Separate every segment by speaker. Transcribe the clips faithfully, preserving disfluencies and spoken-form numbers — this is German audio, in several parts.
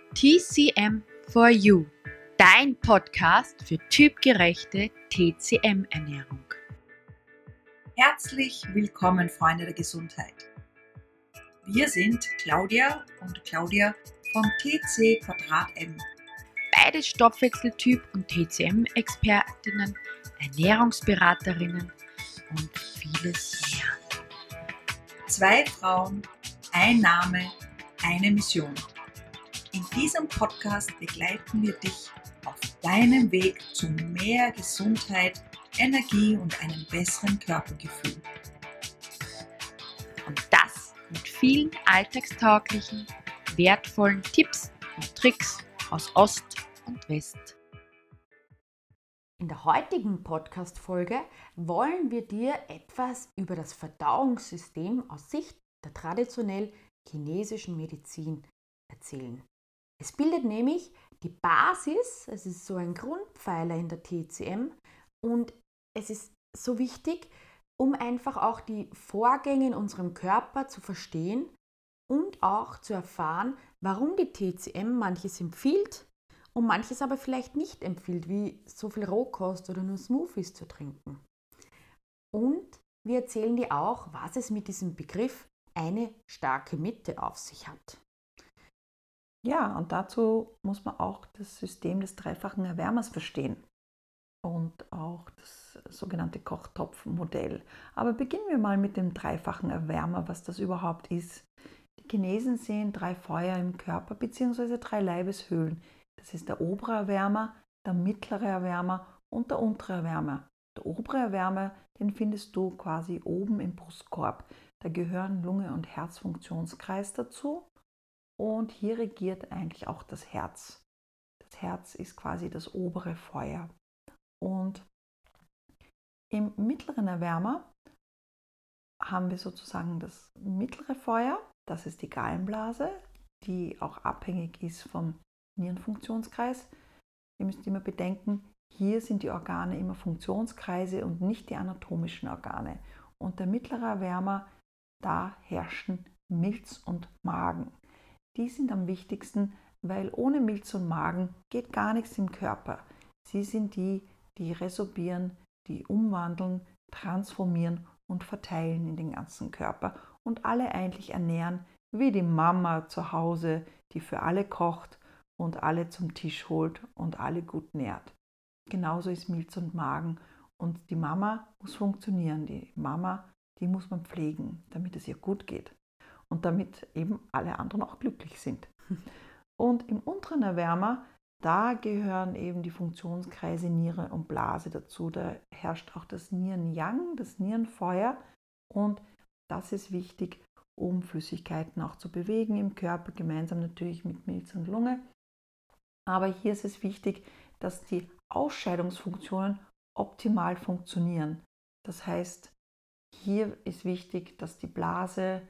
Speaker 1: T C M for You, dein Podcast für typgerechte T C M-Ernährung.
Speaker 2: Herzlich willkommen, Freunde der Gesundheit. Wir sind Claudia und Claudia von T C Quadrat M.
Speaker 1: Beide Stoffwechseltyp- und T C M-Expertinnen, Ernährungsberaterinnen und vieles mehr.
Speaker 2: Zwei Frauen, ein Name, eine Mission. In diesem Podcast begleiten wir dich auf deinem Weg zu mehr Gesundheit, Energie und einem besseren Körpergefühl.
Speaker 1: Und das mit vielen alltagstauglichen, wertvollen Tipps und Tricks aus Ost und West. In der heutigen Podcast-Folge wollen wir dir etwas über das Verdauungssystem aus Sicht der traditionell chinesischen Medizin erzählen. Es bildet nämlich die Basis, es ist so ein Grundpfeiler in der T C M und es ist so wichtig, um einfach auch die Vorgänge in unserem Körper zu verstehen und auch zu erfahren, warum die T C M manches empfiehlt und manches aber vielleicht nicht empfiehlt, wie so viel Rohkost oder nur Smoothies zu trinken. Und wir erzählen dir auch, was es mit diesem Begriff eine starke Mitte auf sich hat.
Speaker 3: Ja, und dazu muss man auch das System des dreifachen Erwärmers verstehen und auch das sogenannte Kochtopfmodell. Aber beginnen wir mal mit dem dreifachen Erwärmer, was das überhaupt ist. Die Chinesen sehen drei Feuer im Körper bzw. drei Leibeshöhlen. Das ist der obere Erwärmer, der mittlere Erwärmer und der untere Erwärmer. Der obere Erwärmer, den findest du quasi oben im Brustkorb. Da gehören Lunge- und Herzfunktionskreis dazu. Und hier regiert eigentlich auch das Herz. Das Herz ist quasi das obere Feuer. Und im mittleren Erwärmer haben wir sozusagen das mittlere Feuer, das ist die Gallenblase, die auch abhängig ist vom Nierenfunktionskreis. Ihr müsst immer bedenken, hier sind die Organe immer Funktionskreise und nicht die anatomischen Organe. Und der mittlere Erwärmer, da herrschen Milz und Magen. Die sind am wichtigsten, weil ohne Milz und Magen geht gar nichts im Körper. Sie sind die, die resorbieren, die umwandeln, transformieren und verteilen in den ganzen Körper und alle eigentlich ernähren, wie die Mama zu Hause, die für alle kocht und alle zum Tisch holt und alle gut nährt. Genauso ist Milz und Magen und die Mama muss funktionieren. Die Mama, die muss man pflegen, damit es ihr gut geht. Und damit eben alle anderen auch glücklich sind. Und im unteren Erwärmer, da gehören eben die Funktionskreise Niere und Blase dazu. Da herrscht auch das Nieren-Yang, das Nierenfeuer. Und das ist wichtig, um Flüssigkeiten auch zu bewegen im Körper, gemeinsam natürlich mit Milz und Lunge. Aber hier ist es wichtig, dass die Ausscheidungsfunktionen optimal funktionieren. Das heißt, hier ist wichtig, dass die Blase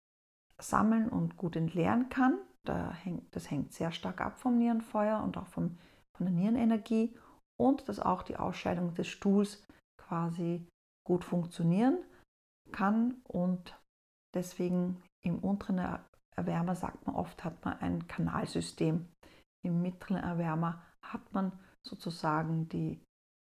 Speaker 3: sammeln und gut entleeren kann. Das hängt sehr stark ab vom Nierenfeuer und auch vom, von der Nierenenergie und dass auch die Ausscheidung des Stuhls quasi gut funktionieren kann und deswegen im unteren Erwärmer sagt man oft, hat man ein Kanalsystem. Im mittleren Erwärmer hat man sozusagen die,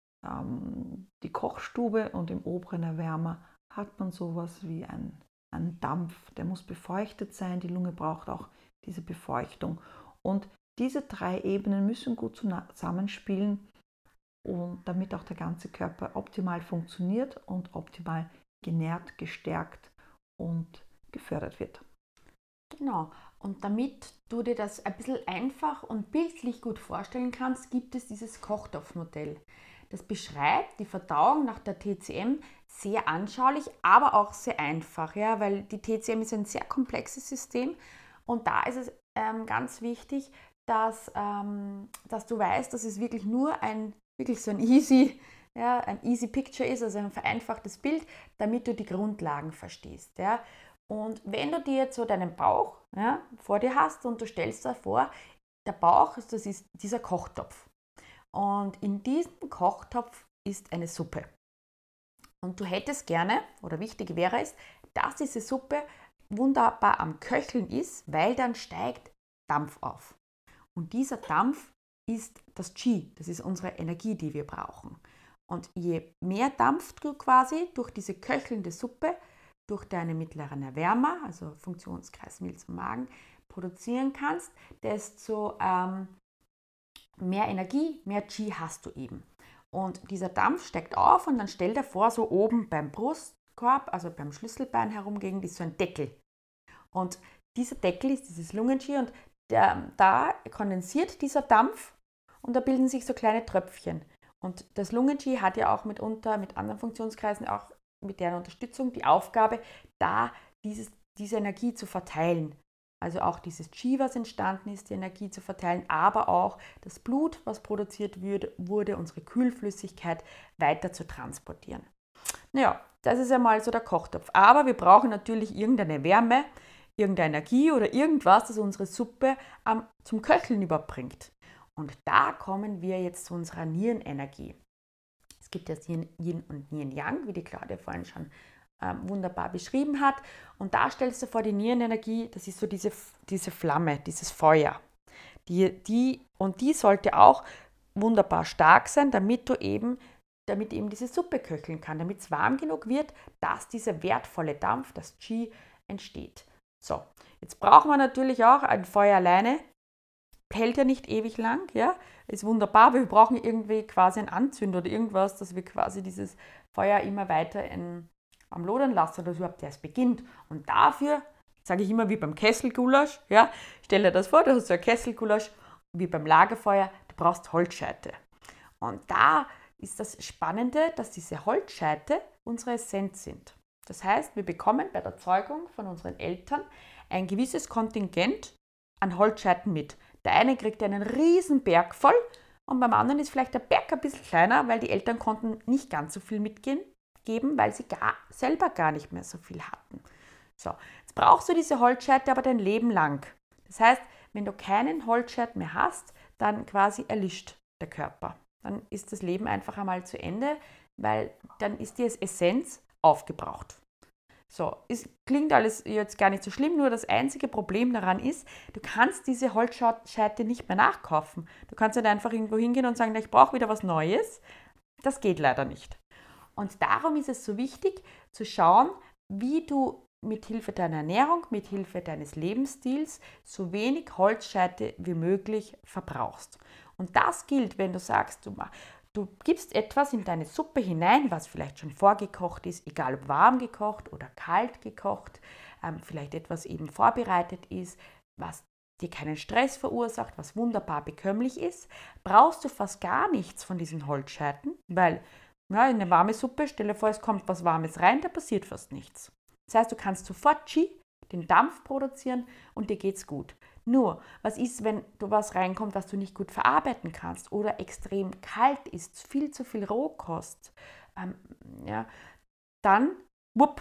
Speaker 3: ähm, die Kochstube und im oberen Erwärmer hat man sowas wie ein Ein Dampf, der muss befeuchtet sein, die Lunge braucht auch diese Befeuchtung. Und diese drei Ebenen müssen gut zusammenspielen, und damit auch der ganze Körper optimal funktioniert und optimal genährt, gestärkt und gefördert wird.
Speaker 1: Genau, und damit du dir das ein bisschen einfach und bildlich gut vorstellen kannst, gibt es dieses Kochtopfmodell. Das beschreibt die Verdauung nach der T C M sehr anschaulich, aber auch sehr einfach, ja, weil die T C M ist ein sehr komplexes System und da ist es ähm, ganz wichtig, dass, ähm, dass du weißt, dass es wirklich nur ein, wirklich so ein easy, ja, ein easy picture ist, also ein vereinfachtes Bild, damit du die Grundlagen verstehst. Ja. Und wenn du dir jetzt so deinen Bauch, ja, vor dir hast und du stellst dir vor, der Bauch, das ist dieser Kochtopf. Und in diesem Kochtopf ist eine Suppe. Und du hättest gerne, oder wichtig wäre es, dass diese Suppe wunderbar am Köcheln ist, weil dann steigt Dampf auf. Und dieser Dampf ist das Qi, das ist unsere Energie, die wir brauchen. Und je mehr Dampf du quasi durch diese köchelnde Suppe, durch deine mittleren Erwärmer, also Funktionskreis Milz und Magen, produzieren kannst, desto ähm, mehr Energie, mehr Qi hast du eben. Und dieser Dampf steigt auf und dann stell dir vor, so oben beim Brustkorb, also beim Schlüsselbein herumgehend, ist so ein Deckel. Und dieser Deckel ist dieses Lungen-Qi und der, da kondensiert dieser Dampf und da bilden sich so kleine Tröpfchen. Und das Lungen-Qi hat ja auch mitunter mit anderen Funktionskreisen, auch mit deren Unterstützung, die Aufgabe, da dieses, diese Energie zu verteilen. Also auch dieses Qi, was entstanden ist, die Energie zu verteilen, aber auch das Blut, was produziert wurde, unsere Kühlflüssigkeit weiter zu transportieren. Naja, das ist einmal so der Kochtopf. Aber wir brauchen natürlich irgendeine Wärme, irgendeine Energie oder irgendwas, das unsere Suppe ähm, zum Köcheln überbringt. Und da kommen wir jetzt zu unserer Nierenenergie. Es gibt das Yin und Yin-Yang, wie die Claudia vorhin schon ähm, wunderbar beschrieben hat. Und da stellst du vor, die Nierenenergie, das ist so diese, diese Flamme, dieses Feuer. Die, die, und die sollte auch wunderbar stark sein, damit du eben, damit eben diese Suppe köcheln kann, damit es warm genug wird, dass dieser wertvolle Dampf, das Qi, entsteht. So, jetzt brauchen wir natürlich auch ein Feuer alleine. Hält ja nicht ewig lang, ja, ist wunderbar, aber wir brauchen irgendwie quasi einen Anzünder oder irgendwas, dass wir quasi dieses Feuer immer weiter in, am Lodern lassen, dass überhaupt erst beginnt. Und dafür, sage ich immer wie beim Kesselgulasch, ja, stell dir das vor, du hast so ein Kesselgulasch, wie beim Lagerfeuer, du brauchst Holzscheite. Und da ist das Spannende, dass diese Holzscheite unsere Essenz sind. Das heißt, wir bekommen bei der Zeugung von unseren Eltern ein gewisses Kontingent an Holzscheiten mit. Der eine kriegt einen riesen Berg voll und beim anderen ist vielleicht der Berg ein bisschen kleiner, weil die Eltern konnten nicht ganz so viel mitgeben, weil sie gar, selber gar nicht mehr so viel hatten. So, jetzt brauchst du diese Holzscheite aber dein Leben lang. Das heißt, wenn du keinen Holzscheit mehr hast, dann quasi erlischt der Körper. Dann ist das Leben einfach einmal zu Ende, weil dann ist die Essenz aufgebraucht. So, es klingt alles jetzt gar nicht so schlimm, nur das einzige Problem daran ist, du kannst diese Holzscheite nicht mehr nachkaufen. Du kannst nicht einfach irgendwo hingehen und sagen, ich brauche wieder was Neues. Das geht leider nicht. Und darum ist es so wichtig zu schauen, wie du mit Hilfe deiner Ernährung, mit Hilfe deines Lebensstils so wenig Holzscheite wie möglich verbrauchst. Und das gilt, wenn du sagst, du machst, Du gibst etwas in deine Suppe hinein, was vielleicht schon vorgekocht ist, egal ob warm gekocht oder kalt gekocht, ähm, vielleicht etwas eben vorbereitet ist, was dir keinen Stress verursacht, was wunderbar bekömmlich ist, brauchst du fast gar nichts von diesen Holzscheiten, weil ja, in eine warme Suppe, stell dir vor, es kommt was Warmes rein, da passiert fast nichts. Das heißt, du kannst sofort Qi, den Dampf produzieren und dir geht's gut. Nur, was ist, wenn du was reinkommt, was du nicht gut verarbeiten kannst oder extrem kalt ist, viel zu viel Rohkost, ähm, ja, dann, wupp,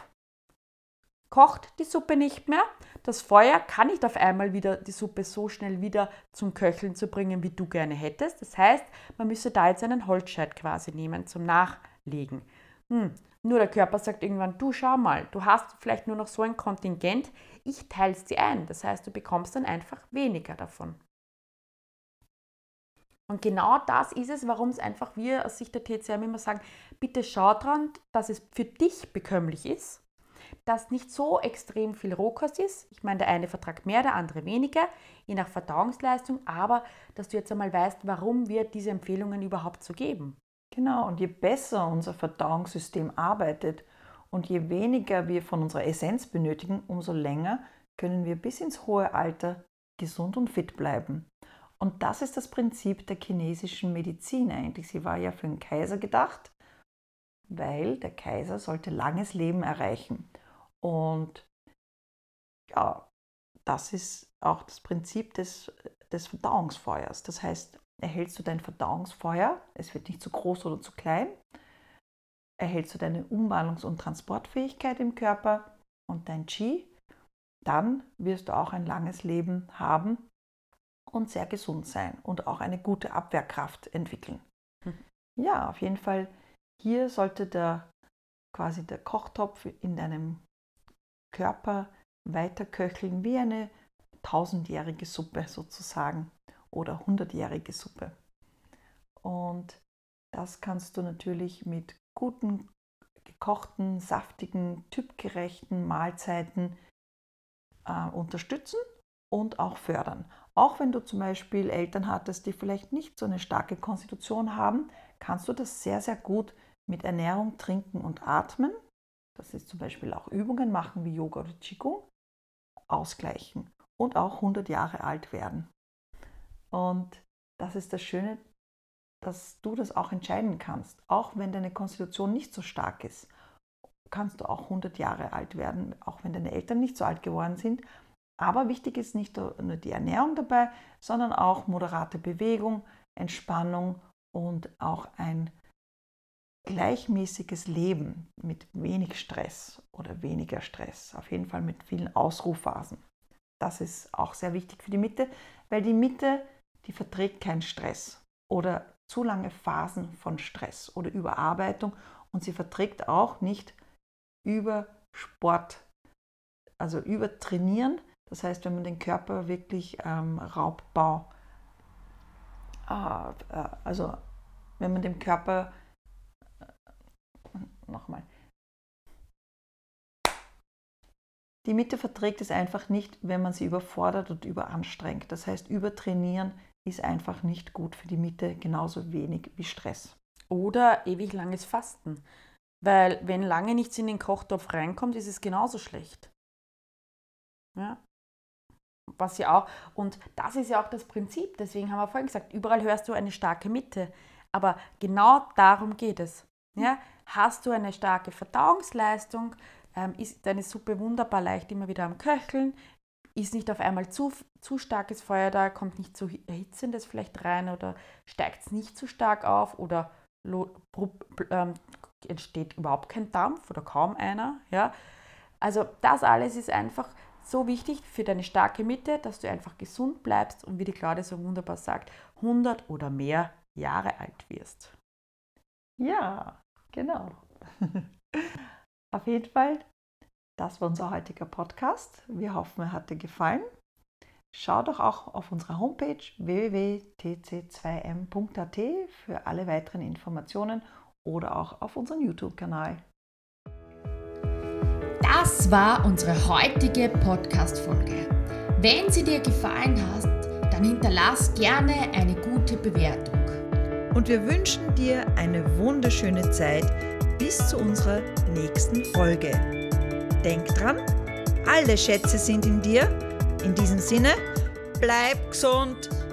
Speaker 1: kocht die Suppe nicht mehr. Das Feuer kann nicht auf einmal wieder die Suppe so schnell wieder zum Köcheln zu bringen, wie du gerne hättest. Das heißt, man müsste da jetzt einen Holzscheit quasi nehmen zum Nachlegen. Hm. Nur der Körper sagt irgendwann, du schau mal, du hast vielleicht nur noch so ein Kontingent, ich teile es dir ein. Das heißt, du bekommst dann einfach weniger davon. Und genau das ist es, warum es einfach wir aus Sicht der T C M immer sagen, bitte schau dran, dass es für dich bekömmlich ist, dass nicht so extrem viel Rohkost ist. Ich meine, der eine vertragt mehr, der andere weniger, je nach Verdauungsleistung, aber dass du jetzt einmal weißt, warum wir diese Empfehlungen überhaupt so geben.
Speaker 3: Genau, und je besser unser Verdauungssystem arbeitet und je weniger wir von unserer Essenz benötigen, umso länger können wir bis ins hohe Alter gesund und fit bleiben. Und das ist das Prinzip der chinesischen Medizin eigentlich. Sie war ja für den Kaiser gedacht, weil der Kaiser sollte langes Leben erreichen. Und ja, das ist auch das Prinzip des, des Verdauungsfeuers. Das heißt, erhältst du dein Verdauungsfeuer, es wird nicht zu groß oder zu klein, erhältst du deine Umwandlungs- und Transportfähigkeit im Körper und dein Qi, dann wirst du auch ein langes Leben haben und sehr gesund sein und auch eine gute Abwehrkraft entwickeln. Mhm. Ja, auf jeden Fall, hier sollte der quasi der Kochtopf in deinem Körper weiter köcheln wie eine tausendjährige Suppe sozusagen. oder hundertjährige Suppe. Und das kannst du natürlich mit guten, gekochten, saftigen, typgerechten Mahlzeiten äh, unterstützen und auch fördern. Auch wenn du zum Beispiel Eltern hattest, die vielleicht nicht so eine starke Konstitution haben, kannst du das sehr, sehr gut mit Ernährung, Trinken und Atmen, das ist zum Beispiel auch Übungen machen wie Yoga oder Qigong, ausgleichen und auch hundert Jahre alt werden. Und das ist das Schöne, dass du das auch entscheiden kannst. Auch wenn deine Konstitution nicht so stark ist, kannst du auch hundert Jahre alt werden, auch wenn deine Eltern nicht so alt geworden sind. Aber wichtig ist nicht nur die Ernährung dabei, sondern auch moderate Bewegung, Entspannung und auch ein gleichmäßiges Leben mit wenig Stress oder weniger Stress. Auf jeden Fall mit vielen Ausruhphasen. Das ist auch sehr wichtig für die Mitte, weil die Mitte, die verträgt keinen Stress oder zu lange Phasen von Stress oder Überarbeitung und sie verträgt auch nicht Übersport, also Übertrainieren. Das heißt, wenn man den Körper wirklich ähm, Raubbau, äh, äh, also wenn man dem Körper, äh, nochmal, die Mitte verträgt es einfach nicht, wenn man sie überfordert und überanstrengt. Das heißt, Übertrainieren ist einfach nicht gut für die Mitte, genauso wenig wie Stress.
Speaker 1: Oder ewig langes Fasten. Weil wenn lange nichts in den Kochtopf reinkommt, ist es genauso schlecht. Ja. Was ja auch, und das ist ja auch das Prinzip, deswegen haben wir vorhin gesagt, überall hörst du eine starke Mitte. Aber genau darum geht es. Ja? Hast du eine starke Verdauungsleistung, ähm, ist deine Suppe wunderbar leicht immer wieder am Köcheln, ist nicht auf einmal zu, zu starkes Feuer da, kommt nicht zu erhitzendes vielleicht rein oder steigt es nicht zu stark auf oder lo, ähm, entsteht überhaupt kein Dampf oder kaum einer. Ja? Also das alles ist einfach so wichtig für deine starke Mitte, dass du einfach gesund bleibst und wie die Claudia so wunderbar sagt, hundert oder mehr Jahre alt wirst.
Speaker 3: Ja, genau. Auf jeden Fall, das war unser heutiger Podcast. Wir hoffen, er hat dir gefallen. Schau doch auch auf unserer Homepage w w w punkt t c zwei m punkt a t für alle weiteren Informationen oder auch auf unseren YouTube-Kanal.
Speaker 1: Das war unsere heutige Podcast-Folge. Wenn sie dir gefallen hat, dann hinterlass gerne eine gute Bewertung.
Speaker 2: Und wir wünschen dir eine wunderschöne Zeit bis zu unserer nächsten Folge. Denk dran, alle Schätze sind in dir. In diesem Sinne, bleib gesund!